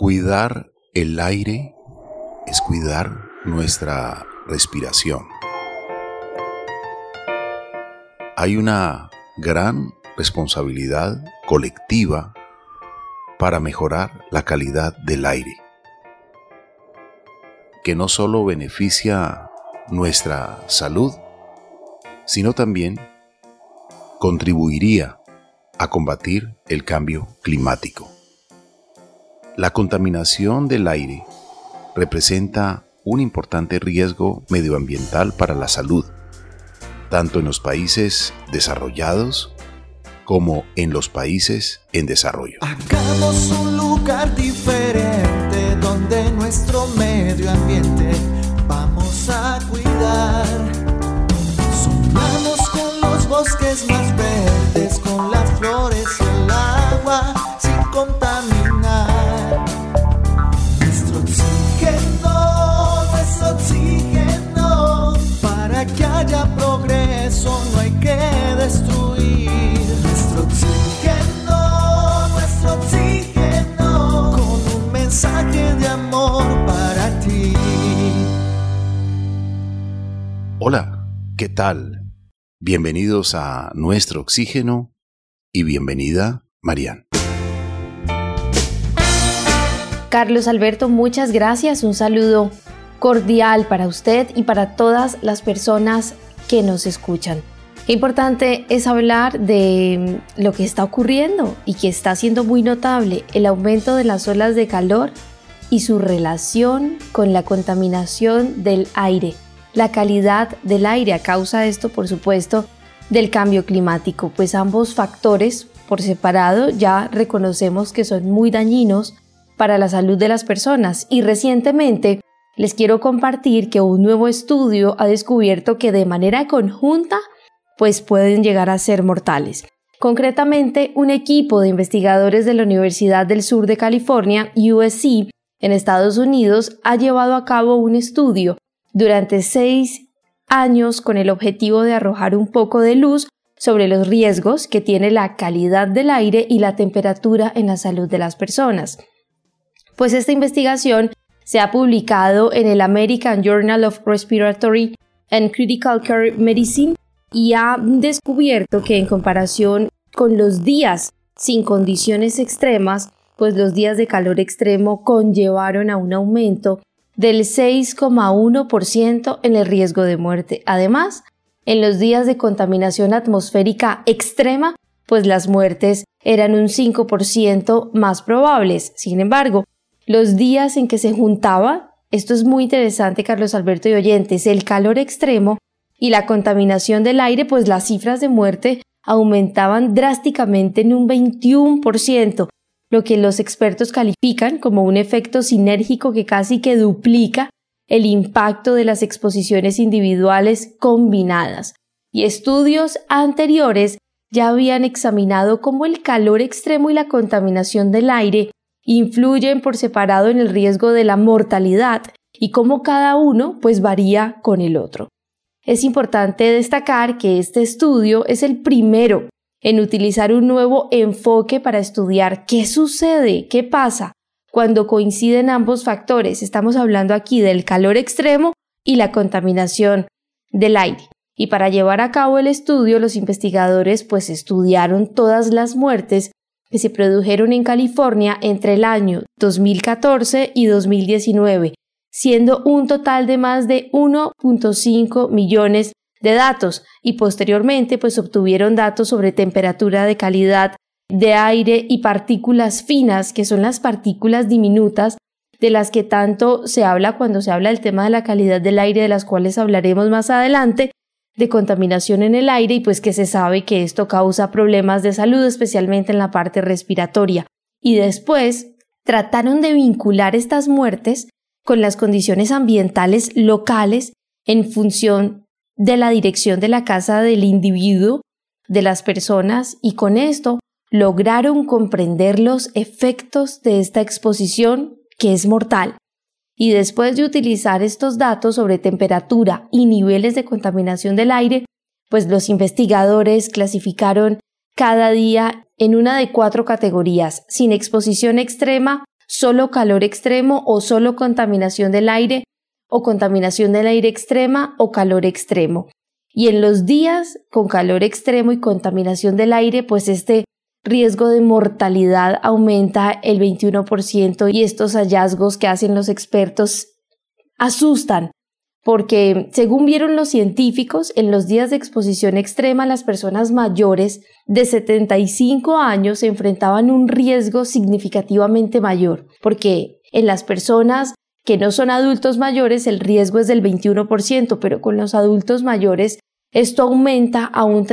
Cuidar el aire es cuidar nuestra respiración. Hay una gran responsabilidad colectiva para mejorar la calidad del aire, que no solo beneficia nuestra salud, sino también contribuiría a combatir el cambio climático. La contaminación del aire representa un importante riesgo medioambiental para la salud, tanto en los países desarrollados como en los países en desarrollo. Hagamos un lugar diferente donde nuestro medio ambiente vamos a cuidar. Sumamos con los bosques más verdes, con las flores y el agua, sin contaminar. Nuestro oxígeno, para que haya progreso no hay que destruir. Nuestro oxígeno, con un mensaje de amor para ti. Hola, ¿qué tal? Bienvenidos a Nuestro Oxígeno y bienvenida, Marian. Carlos Alberto, muchas gracias. Un saludo cordial para usted y para todas las personas que nos escuchan. Qué importante es hablar de lo que está ocurriendo y que está siendo muy notable, el aumento de las olas de calor y su relación con la contaminación del aire, la calidad del aire a causa de esto, por supuesto, del cambio climático, pues ambos factores por separado ya reconocemos que son muy dañinos para la salud de las personas, y recientemente les quiero compartir que un nuevo estudio ha descubierto que de manera conjunta pues pueden llegar a ser mortales. Concretamente, un equipo de investigadores de la Universidad del Sur de California, USC, en Estados Unidos, ha llevado a cabo un estudio durante 6 años con el objetivo de arrojar un poco de luz sobre los riesgos que tiene la calidad del aire y la temperatura en la salud de las personas. Pues esta investigación se ha publicado en el American Journal of Respiratory and Critical Care Medicine y ha descubierto que en comparación con los días sin condiciones extremas, pues los días de calor extremo conllevaron a un aumento del 6,1% en el riesgo de muerte. Además, en los días de contaminación atmosférica extrema, pues las muertes eran un 5% más probables. Sin embargo, los días en que se juntaba, esto es muy interesante, Carlos Alberto y oyentes, el calor extremo y la contaminación del aire, pues las cifras de muerte aumentaban drásticamente en un 21%, lo que los expertos califican como un efecto sinérgico que casi que duplica el impacto de las exposiciones individuales combinadas. Y estudios anteriores ya habían examinado cómo el calor extremo y la contaminación del aire influyen por separado en el riesgo de la mortalidad y cómo cada uno pues varía con el otro. Es importante destacar que este estudio es el primero en utilizar un nuevo enfoque para estudiar qué sucede, qué pasa cuando coinciden ambos factores. Estamos hablando aquí del calor extremo y la contaminación del aire. Y para llevar a cabo el estudio, los investigadores pues estudiaron todas las muertes que se produjeron en California entre el año 2014 y 2019, siendo un total de más de 1.5 millones de datos, y posteriormente pues obtuvieron datos sobre temperatura de calidad de aire y partículas finas, que son las partículas diminutas de las que tanto se habla cuando se habla del tema de la calidad del aire, de las cuales hablaremos más adelante, de contaminación en el aire, y pues que se sabe que esto causa problemas de salud, especialmente en la parte respiratoria. Y después trataron de vincular estas muertes con las condiciones ambientales locales en función de la dirección de la casa del individuo, de las personas, y con esto lograron comprender los efectos de esta exposición que es mortal. Y después de utilizar estos datos sobre temperatura y niveles de contaminación del aire, pues los investigadores clasificaron cada día en una de 4 categorías: sin exposición extrema, solo calor extremo o solo contaminación del aire o contaminación del aire extrema o calor extremo. Y en los días con calor extremo y contaminación del aire, pues este riesgo de mortalidad aumenta el 21% y estos hallazgos que hacen los expertos asustan porque, según vieron los científicos, en los días de exposición extrema las personas mayores de 75 años se enfrentaban a un riesgo significativamente mayor, porque en las personas que no son adultos mayores el riesgo es del 21%, pero con los adultos mayores esto aumenta a un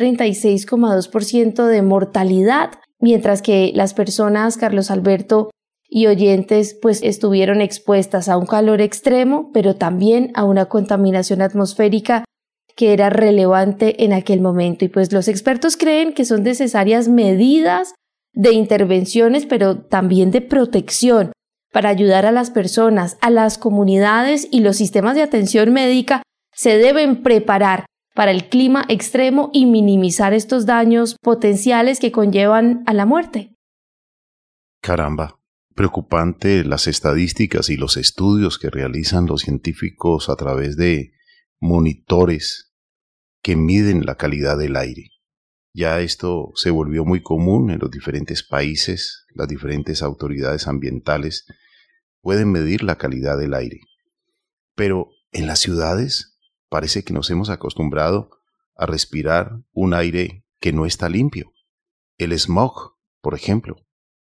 36,2% de mortalidad, mientras que las personas, Carlos Alberto y oyentes, pues estuvieron expuestas a un calor extremo, pero también a una contaminación atmosférica que era relevante en aquel momento. Y pues los expertos creen que son necesarias medidas de intervenciones, pero también de protección para ayudar a las personas, a las comunidades, y los sistemas de atención médica se deben preparar para el clima extremo y minimizar estos daños potenciales que conllevan a la muerte. Caramba, preocupante las estadísticas y los estudios que realizan los científicos a través de monitores que miden la calidad del aire. Ya esto se volvió muy común en los diferentes países. Las diferentes autoridades ambientales pueden medir la calidad del aire. Pero en las ciudades parece que nos hemos acostumbrado a respirar un aire que no está limpio. El smog, por ejemplo.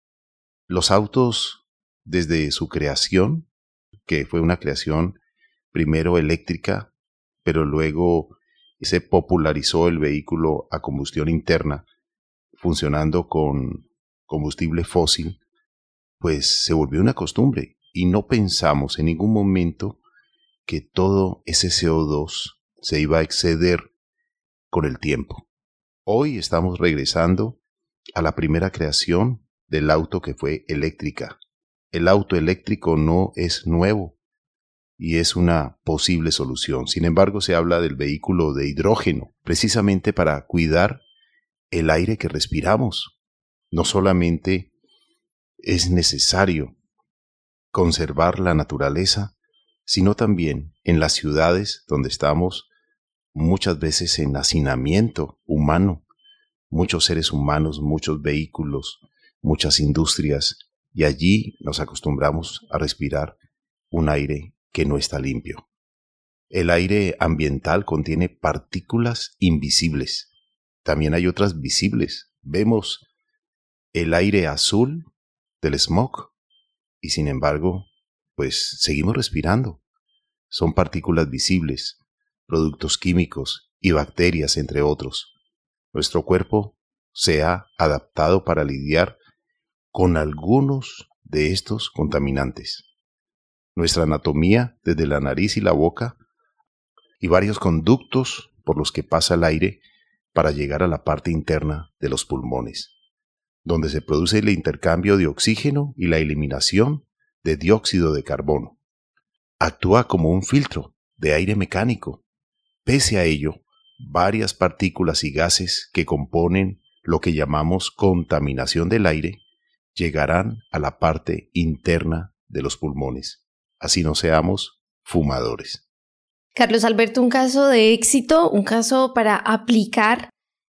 Los autos, desde su creación, que fue una creación primero eléctrica, pero luego se popularizó el vehículo a combustión interna, funcionando con combustible fósil, pues se volvió una costumbre y no pensamos en ningún momento que todo ese CO2 se iba a exceder con el tiempo. Hoy estamos regresando a la primera creación del auto, que fue eléctrica. El auto eléctrico no es nuevo y es una posible solución. Sin embargo, se habla del vehículo de hidrógeno, precisamente para cuidar el aire que respiramos. No solamente es necesario conservar la naturaleza, sino también en las ciudades donde estamos muchas veces en hacinamiento humano, muchos seres humanos, muchos vehículos, muchas industrias, y allí nos acostumbramos a respirar un aire que no está limpio. El aire ambiental contiene partículas invisibles. También hay otras visibles. Vemos el aire azul del smog y sin embargo, pues seguimos respirando. Son partículas visibles, productos químicos y bacterias, entre otros. Nuestro cuerpo se ha adaptado para lidiar con algunos de estos contaminantes. Nuestra anatomía, desde la nariz y la boca, y varios conductos por los que pasa el aire para llegar a la parte interna de los pulmones, donde se produce el intercambio de oxígeno y la eliminación de dióxido de carbono. Actúa como un filtro de aire mecánico. Pese a ello, varias partículas y gases que componen lo que llamamos contaminación del aire llegarán a la parte interna de los pulmones. Así no seamos fumadores. Carlos Alberto, un caso de éxito, un caso para aplicar,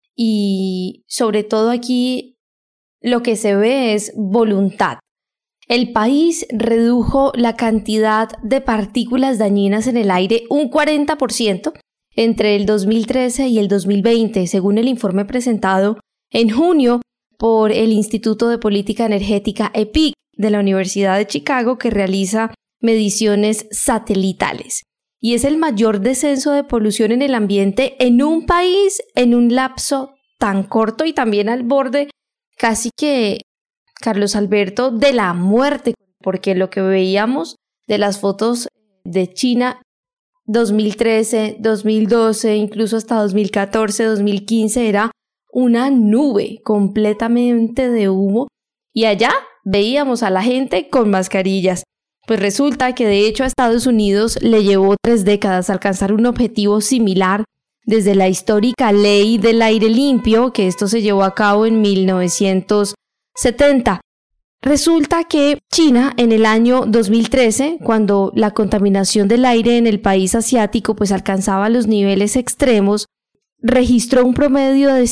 y sobre todo aquí lo que se ve es voluntad. El país redujo la cantidad de partículas dañinas en el aire un 40% entre el 2013 y el 2020, según el informe presentado en junio por el Instituto de Política Energética EPIC de la Universidad de Chicago, que realiza mediciones satelitales. Y es el mayor descenso de polución en el ambiente en un país en un lapso tan corto y también al borde casi que, Carlos Alberto, de la muerte, porque lo que veíamos de las fotos de China 2013, 2012, incluso hasta 2014, 2015 era una nube completamente de humo, y allá veíamos a la gente con mascarillas. Pues resulta que de hecho a Estados Unidos le llevó 3 décadas alcanzar un objetivo similar desde la histórica Ley del Aire Limpio, que esto se llevó a cabo en 1970. Resulta que China en el año 2013, cuando la contaminación del aire en el país asiático pues alcanzaba los niveles extremos, registró un promedio de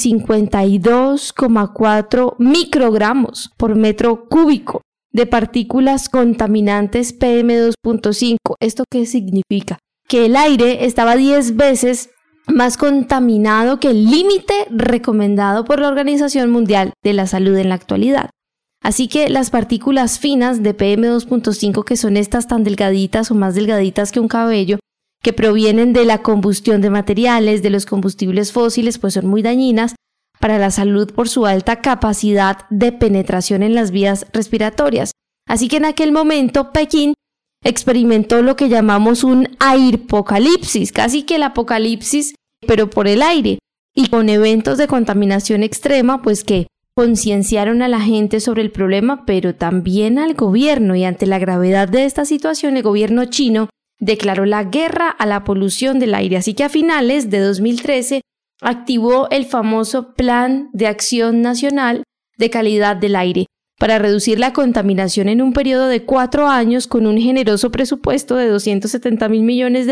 52,4 microgramos por metro cúbico de partículas contaminantes PM2.5. ¿Esto qué significa? Que el aire estaba 10 veces más contaminado que el límite recomendado por la Organización Mundial de la Salud en la actualidad. Así que las partículas finas de PM2.5, que son estas tan delgaditas o más delgaditas que un cabello, que provienen de la combustión de materiales, de los combustibles fósiles, pues son muy dañinas para la salud por su alta capacidad de penetración en las vías respiratorias. Así que en aquel momento Pekín experimentó lo que llamamos un airpocalipsis, casi que el apocalipsis, pero por el aire, y con eventos de contaminación extrema, pues que concienciaron a la gente sobre el problema, pero también al gobierno, y ante la gravedad de esta situación, el gobierno chino declaró la guerra a la polución del aire. Así que a finales de 2013 activó el famoso Plan de Acción Nacional de Calidad del Aire para reducir la contaminación en un periodo de 4 años con un generoso presupuesto de $270 mil millones,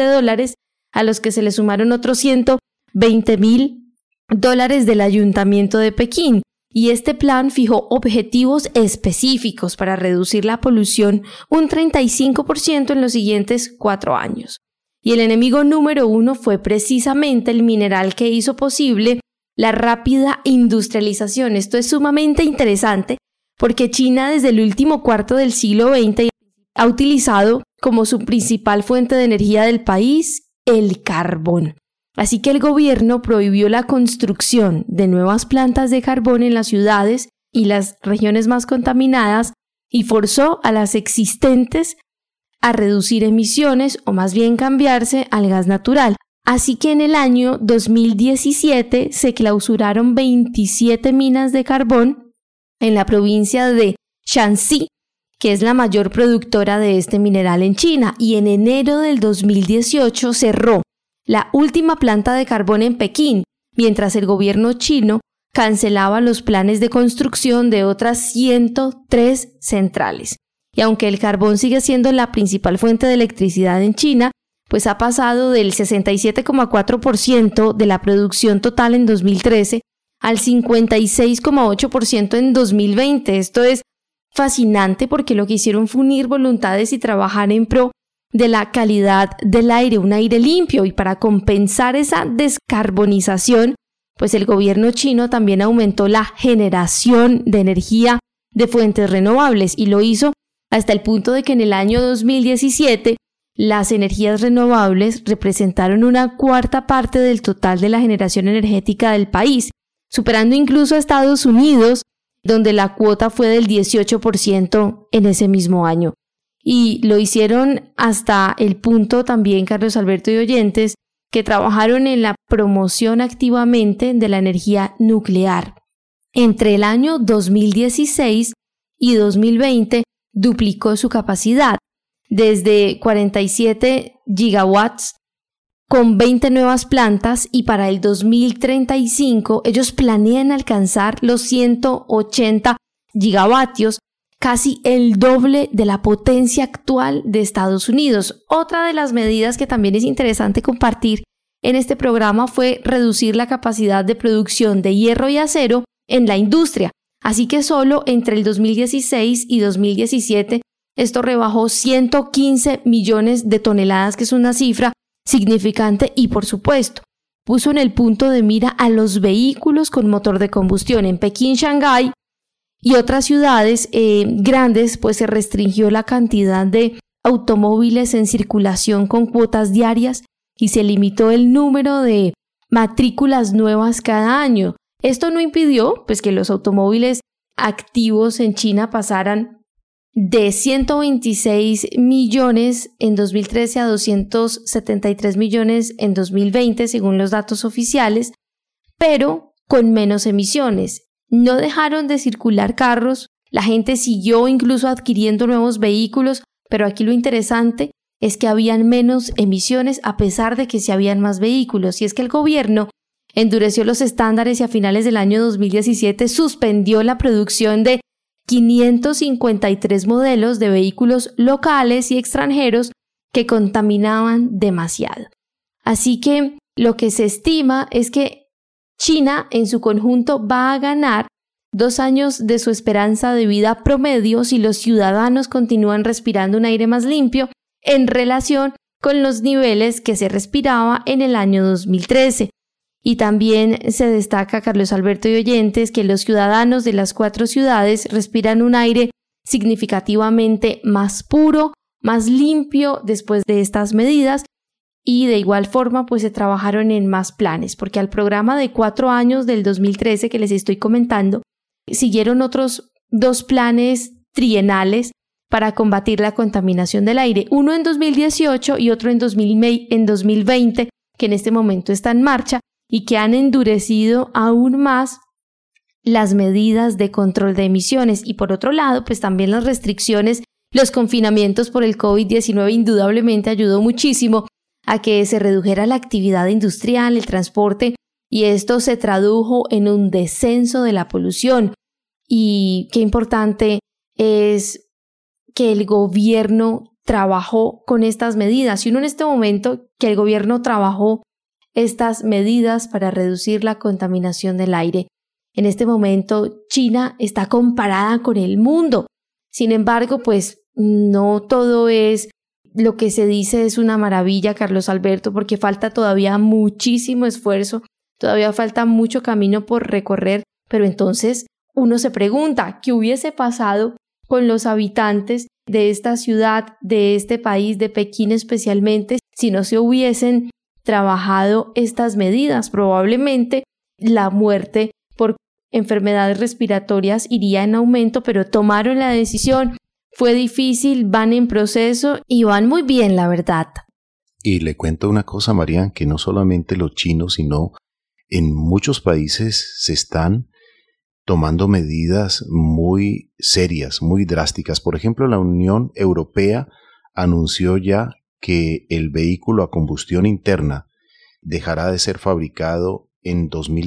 a los que se le sumaron otros $120 mil del Ayuntamiento de Pekín. Y este plan fijó objetivos específicos para reducir la polución un 35% en los siguientes 4 años. Y el enemigo número 1 fue precisamente el mineral que hizo posible la rápida industrialización. Esto es sumamente interesante porque China desde el último cuarto del siglo XX ha utilizado como su principal fuente de energía del país el carbón. Así que el gobierno prohibió la construcción de nuevas plantas de carbón en las ciudades y las regiones más contaminadas y forzó a las existentes a reducir emisiones o más bien cambiarse al gas natural. Así que en el año 2017 se clausuraron 27 minas de carbón en la provincia de Shanxi, que es la mayor productora de este mineral en China, y en enero del 2018 cerró la última planta de carbón en Pekín, mientras el gobierno chino cancelaba los planes de construcción de otras 103 centrales. Y aunque el carbón sigue siendo la principal fuente de electricidad en China, pues ha pasado del 67,4% de la producción total en 2013 al 56,8% en 2020. Esto es fascinante porque lo que hicieron fue unir voluntades y trabajar en pro de la calidad del aire, un aire limpio, y para compensar esa descarbonización, pues el gobierno chino también aumentó la generación de energía de fuentes renovables y lo hizo hasta el punto de que en el año 2017 las energías renovables representaron una cuarta parte del total de la generación energética del país, superando incluso a Estados Unidos, donde la cuota fue del 18% en ese mismo año. Y lo hicieron hasta el punto también, Carlos Alberto y oyentes, que trabajaron en la promoción activamente de la energía nuclear. Entre el año 2016 y 2020 duplicó su capacidad, desde 47 gigawatts con 20 nuevas plantas, y para el 2035 ellos planean alcanzar los 180 gigavatios, casi el doble de la potencia actual de Estados Unidos. Otra de las medidas que también es interesante compartir en este programa fue reducir la capacidad de producción de hierro y acero en la industria. Así que solo entre el 2016 y 2017 esto rebajó 115 millones de toneladas, que es una cifra significante, y por supuesto puso en el punto de mira a los vehículos con motor de combustión. En Pekín, Shanghái y otras ciudades grandes, pues se restringió la cantidad de automóviles en circulación con cuotas diarias y se limitó el número de matrículas nuevas cada año. Esto no impidió pues que los automóviles activos en China pasaran de 126 millones en 2013 a 273 millones en 2020, según los datos oficiales, pero con menos emisiones. No dejaron de circular carros, la gente siguió incluso adquiriendo nuevos vehículos, pero aquí lo interesante es que habían menos emisiones a pesar de que sí habían más vehículos. Y es que el gobierno endureció los estándares y a finales del año 2017 suspendió la producción de 553 modelos de vehículos locales y extranjeros que contaminaban demasiado. Así que lo que se estima es que China en su conjunto va a ganar 2 años de su esperanza de vida promedio si los ciudadanos continúan respirando un aire más limpio en relación con los niveles que se respiraba en el año 2013. Y también se destaca, Carlos Alberto y oyentes, que los ciudadanos de las 4 ciudades respiran un aire significativamente más puro, más limpio después de estas medidas. Y de igual forma, pues se trabajaron en más planes, porque al programa de 4 años del 2013 que les estoy comentando, siguieron otros 2 planes trienales para combatir la contaminación del aire, uno en 2018 y otro en 2020, que en este momento está en marcha y que han endurecido aún más las medidas de control de emisiones. Y por otro lado, pues también las restricciones, los confinamientos por el COVID-19 indudablemente ayudó muchísimo a que se redujera la actividad industrial, el transporte, y esto se tradujo en un descenso de la polución. Y qué importante es que el gobierno trabajó con estas medidas. Y uno en este momento que el gobierno trabajó estas medidas para reducir la contaminación del aire. En este momento China está comparada con el mundo. Sin embargo, pues no todo es lo que se dice es una maravilla, Carlos Alberto, porque falta todavía muchísimo esfuerzo, todavía falta mucho camino por recorrer, pero entonces uno se pregunta, ¿qué hubiese pasado con los habitantes de esta ciudad, de este país, de Pekín especialmente, si no se hubiesen trabajado estas medidas? Probablemente la muerte por enfermedades respiratorias iría en aumento, pero tomaron la decisión. Fue difícil, van en proceso y van muy bien, la verdad. Y le cuento una cosa, Marian, que no solamente los chinos, sino en muchos países se están tomando medidas muy serias, muy drásticas. Por ejemplo, la Unión Europea anunció ya que el vehículo a combustión interna dejará de ser fabricado en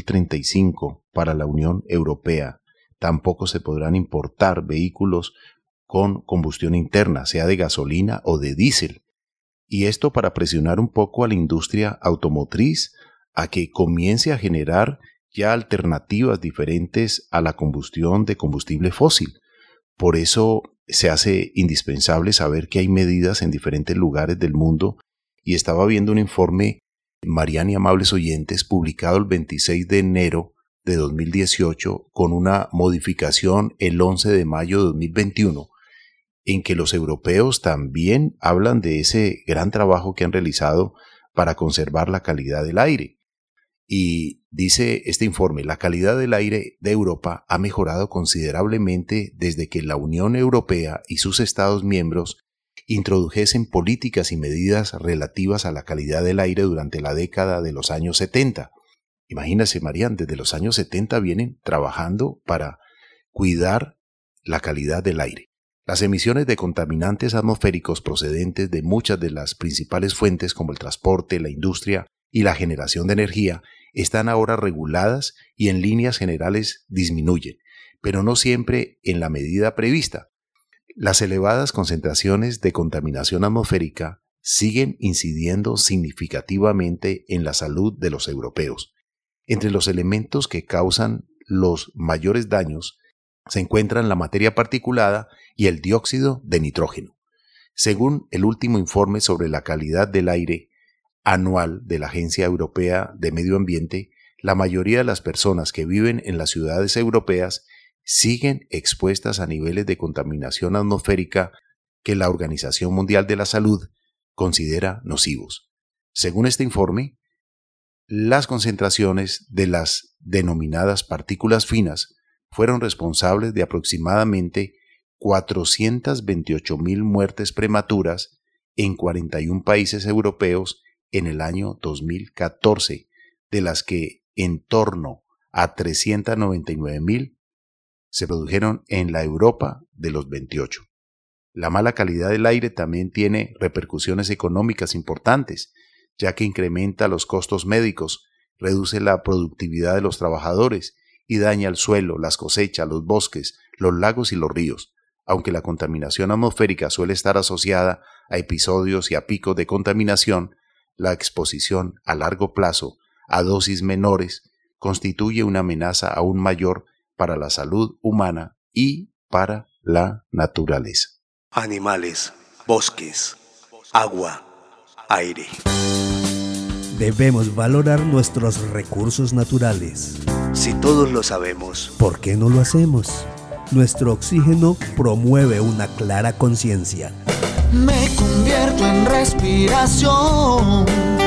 2035 para la Unión Europea. Tampoco se podrán importar vehículos con combustión interna, sea de gasolina o de diésel. Y esto para presionar un poco a la industria automotriz a que comience a generar ya alternativas diferentes a la combustión de combustible fósil. Por eso se hace indispensable saber que hay medidas en diferentes lugares del mundo, y estaba viendo un informe, Marian y amables oyentes, publicado el 26 de enero de 2018 con una modificación el 11 de mayo de 2021, en que los europeos también hablan de ese gran trabajo que han realizado para conservar la calidad del aire. Y dice este informe, la calidad del aire de Europa ha mejorado considerablemente desde que la Unión Europea y sus Estados miembros introdujesen políticas y medidas relativas a la calidad del aire durante la década de los años 70. Imagínese, Marian, desde los años 70 vienen trabajando para cuidar la calidad del aire. Las emisiones de contaminantes atmosféricos procedentes de muchas de las principales fuentes como el transporte, la industria y la generación de energía están ahora reguladas y en líneas generales disminuyen, pero no siempre en la medida prevista. Las elevadas concentraciones de contaminación atmosférica siguen incidiendo significativamente en la salud de los europeos. Entre los elementos que causan los mayores daños se encuentran la materia particulada y el dióxido de nitrógeno. Según el último informe sobre la calidad del aire anual de la Agencia Europea de Medio Ambiente, la mayoría de las personas que viven en las ciudades europeas siguen expuestas a niveles de contaminación atmosférica que la Organización Mundial de la Salud considera nocivos. Según este informe, las concentraciones de las denominadas partículas finas fueron responsables de aproximadamente 428.000 muertes prematuras en 41 países europeos en el año 2014, de las que en torno a 399.000 se produjeron en la Europa de los 28. La mala calidad del aire también tiene repercusiones económicas importantes, ya que incrementa los costos médicos, reduce la productividad de los trabajadores y daña el suelo, las cosechas, los bosques, los lagos y los ríos. Aunque la contaminación atmosférica suele estar asociada a episodios y a picos de contaminación, la exposición a largo plazo a dosis menores constituye una amenaza aún mayor para la salud humana y para la naturaleza. Animales, bosques, agua, aire. Debemos valorar nuestros recursos naturales. Si todos lo sabemos, ¿por qué no lo hacemos? Nuestro oxígeno promueve una clara conciencia. Me convierto en respiración,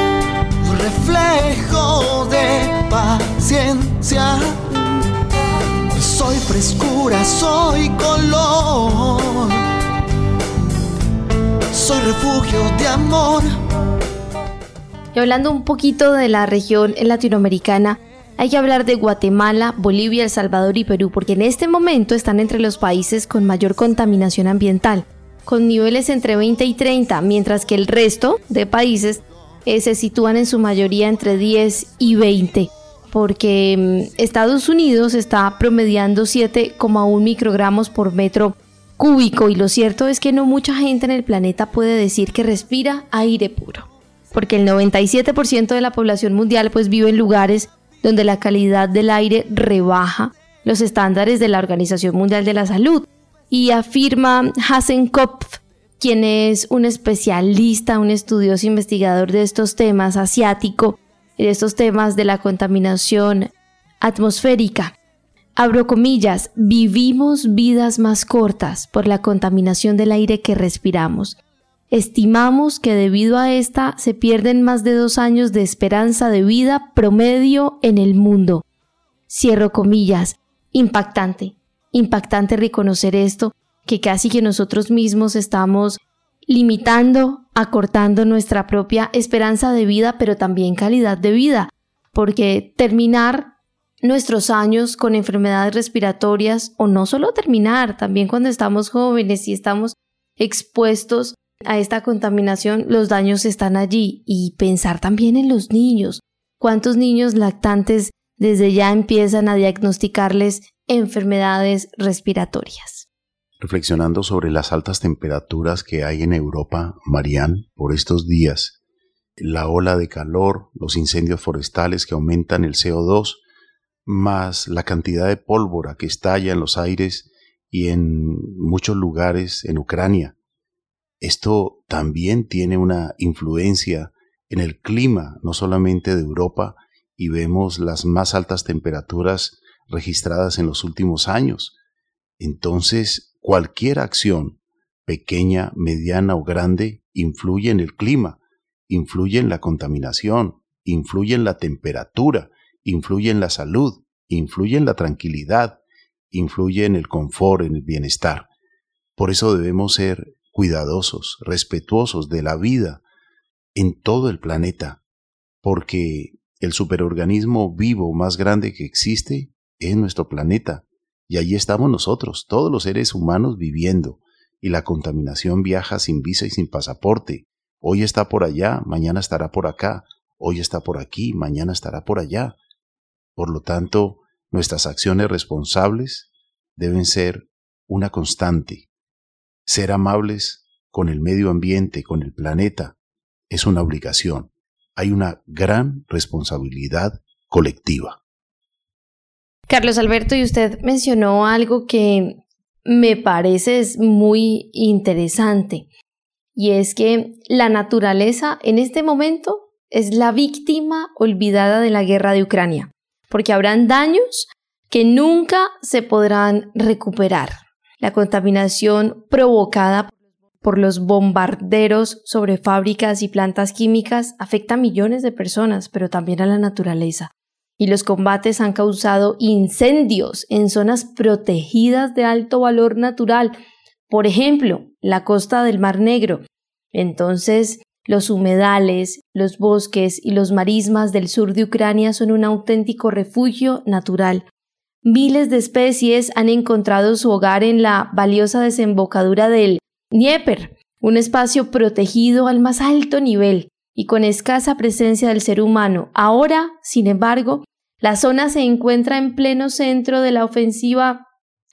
reflejo de paciencia. Soy frescura, soy color, soy refugio de amor. Y hablando un poquito de la región latinoamericana, hay que hablar de Guatemala, Bolivia, El Salvador y Perú, porque en este momento están entre los países con mayor contaminación ambiental, con niveles entre 20 y 30, mientras que el resto de países se sitúan en su mayoría entre 10 y 20, porque Estados Unidos está promediando 7,1 microgramos por metro cúbico, y lo cierto es que no mucha gente en el planeta puede decir que respira aire puro, porque el 97% de la población mundial pues vive en lugares donde la calidad del aire rebaja los estándares de la Organización Mundial de la Salud. Y afirma Hazen Kopf, quien es un especialista, un estudioso investigador de estos temas, asiático, de estos temas de la contaminación atmosférica. Abro comillas, vivimos vidas más cortas por la contaminación del aire que respiramos. Estimamos que debido a esta se pierden más de 2 años de esperanza de vida promedio en el mundo. Cierro comillas. Impactante reconocer esto, que casi que nosotros mismos estamos limitando, acortando nuestra propia esperanza de vida, pero también calidad de vida, porque terminar nuestros años con enfermedades respiratorias, o no solo terminar, también cuando estamos jóvenes y estamos expuestos a esta contaminación, los daños están allí. Y pensar también en los niños. ¿Cuántos niños lactantes desde ya empiezan a diagnosticarles enfermedades respiratorias? Reflexionando sobre las altas temperaturas que hay en Europa, Marian, por estos días, la ola de calor, los incendios forestales que aumentan el CO2, más la cantidad de pólvora que estalla en los aires y en muchos lugares en Ucrania. Esto también tiene una influencia en el clima, no solamente de Europa, y vemos las más altas temperaturas registradas en los últimos años. Entonces, cualquier acción, pequeña, mediana o grande, influye en el clima, influye en la contaminación, influye en la temperatura, influye en la salud, influye en la tranquilidad, influye en el confort, en el bienestar. Por eso debemos ser cuidadosos, respetuosos de la vida en todo el planeta, porque el superorganismo vivo más grande que existe es nuestro planeta, y allí estamos nosotros, todos los seres humanos viviendo, y la contaminación viaja sin visa y sin pasaporte. Hoy está por allá, mañana estará por acá, hoy está por aquí, mañana estará por allá. Por lo tanto, nuestras acciones responsables deben ser una constante. Ser amables con el medio ambiente, con el planeta, es una obligación. Hay una gran responsabilidad colectiva. Carlos Alberto, y usted mencionó algo que me parece es muy interesante, y es que la naturaleza en este momento es la víctima olvidada de la guerra de Ucrania, porque habrán daños que nunca se podrán recuperar. La contaminación provocada por los bombarderos sobre fábricas y plantas químicas afecta a millones de personas, pero también a la naturaleza. Y los combates han causado incendios en zonas protegidas de alto valor natural, por ejemplo, la costa del Mar Negro. Entonces, los humedales, los bosques y los marismas del sur de Ucrania son un auténtico refugio natural. Miles de especies han encontrado su hogar en la valiosa desembocadura del Dnieper, un espacio protegido al más alto nivel y con escasa presencia del ser humano. Ahora, sin embargo, la zona se encuentra en pleno centro de la ofensiva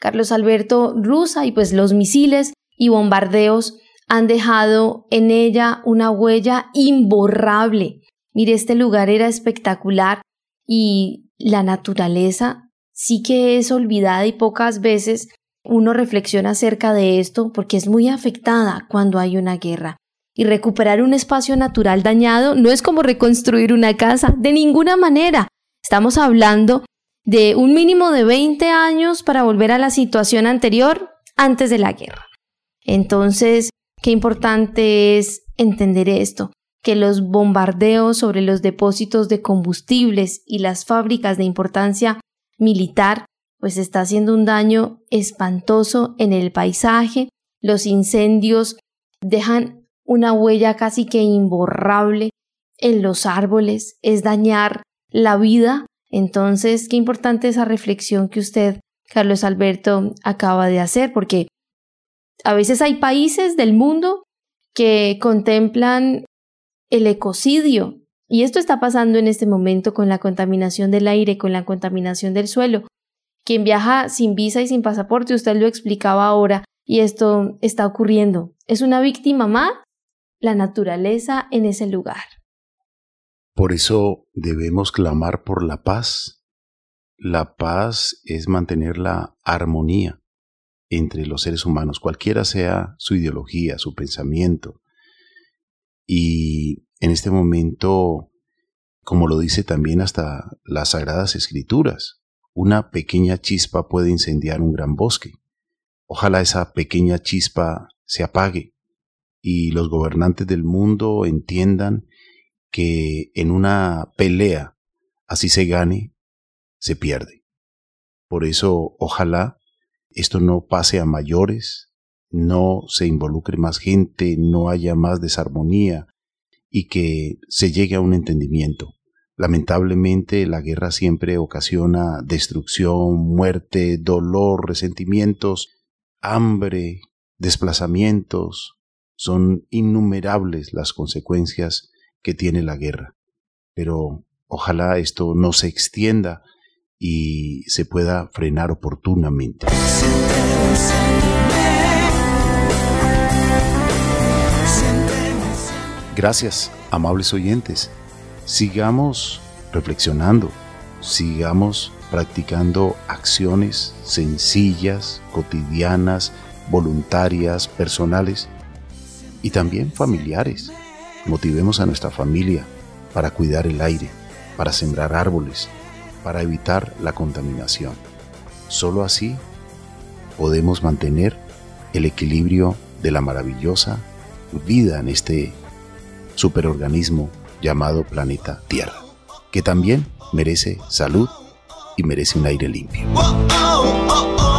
Carlos Alberto, rusa, y pues los misiles y bombardeos han dejado en ella una huella imborrable. Mire, este lugar era espectacular y la naturaleza sí que es olvidada y pocas veces uno reflexiona acerca de esto porque es muy afectada cuando hay una guerra. Y recuperar un espacio natural dañado no es como reconstruir una casa, de ninguna manera. Estamos hablando de un mínimo de 20 años para volver a la situación anterior antes de la guerra. Entonces, qué importante es entender esto, que los bombardeos sobre los depósitos de combustibles y las fábricas de importancia militar pues está haciendo un daño espantoso en el paisaje. Los incendios dejan una huella casi que imborrable en los árboles, es dañar la vida. Entonces, qué importante esa reflexión que usted, Carlos Alberto, acaba de hacer, porque a veces hay países del mundo que contemplan el ecocidio, y esto está pasando en este momento con la contaminación del aire, con la contaminación del suelo. Quien viaja sin visa y sin pasaporte, usted lo explicaba ahora, y esto está ocurriendo. ¿Es una víctima más? La naturaleza en ese lugar. Por eso debemos clamar por la paz. La paz es mantener la armonía entre los seres humanos, cualquiera sea su ideología, su pensamiento. Y en este momento, como lo dice también hasta las Sagradas Escrituras, una pequeña chispa puede incendiar un gran bosque. Ojalá esa pequeña chispa se apague y los gobernantes del mundo entiendan que en una pelea, así se gane, se pierde. Por eso, ojalá esto no pase a mayores, no se involucre más gente, no haya más desarmonía y que se llegue a un entendimiento. Lamentablemente, la guerra siempre ocasiona destrucción, muerte, dolor, resentimientos, hambre, desplazamientos. Son innumerables las consecuencias que tiene la guerra. Pero ojalá esto no se extienda y se pueda frenar oportunamente. Gracias, amables oyentes. Sigamos reflexionando, sigamos practicando acciones sencillas, cotidianas, voluntarias, personales y también familiares. Motivemos a nuestra familia para cuidar el aire, para sembrar árboles, para evitar la contaminación. Solo así podemos mantener el equilibrio de la maravillosa vida en este superorganismo llamado planeta Tierra, que también merece salud y merece un aire limpio.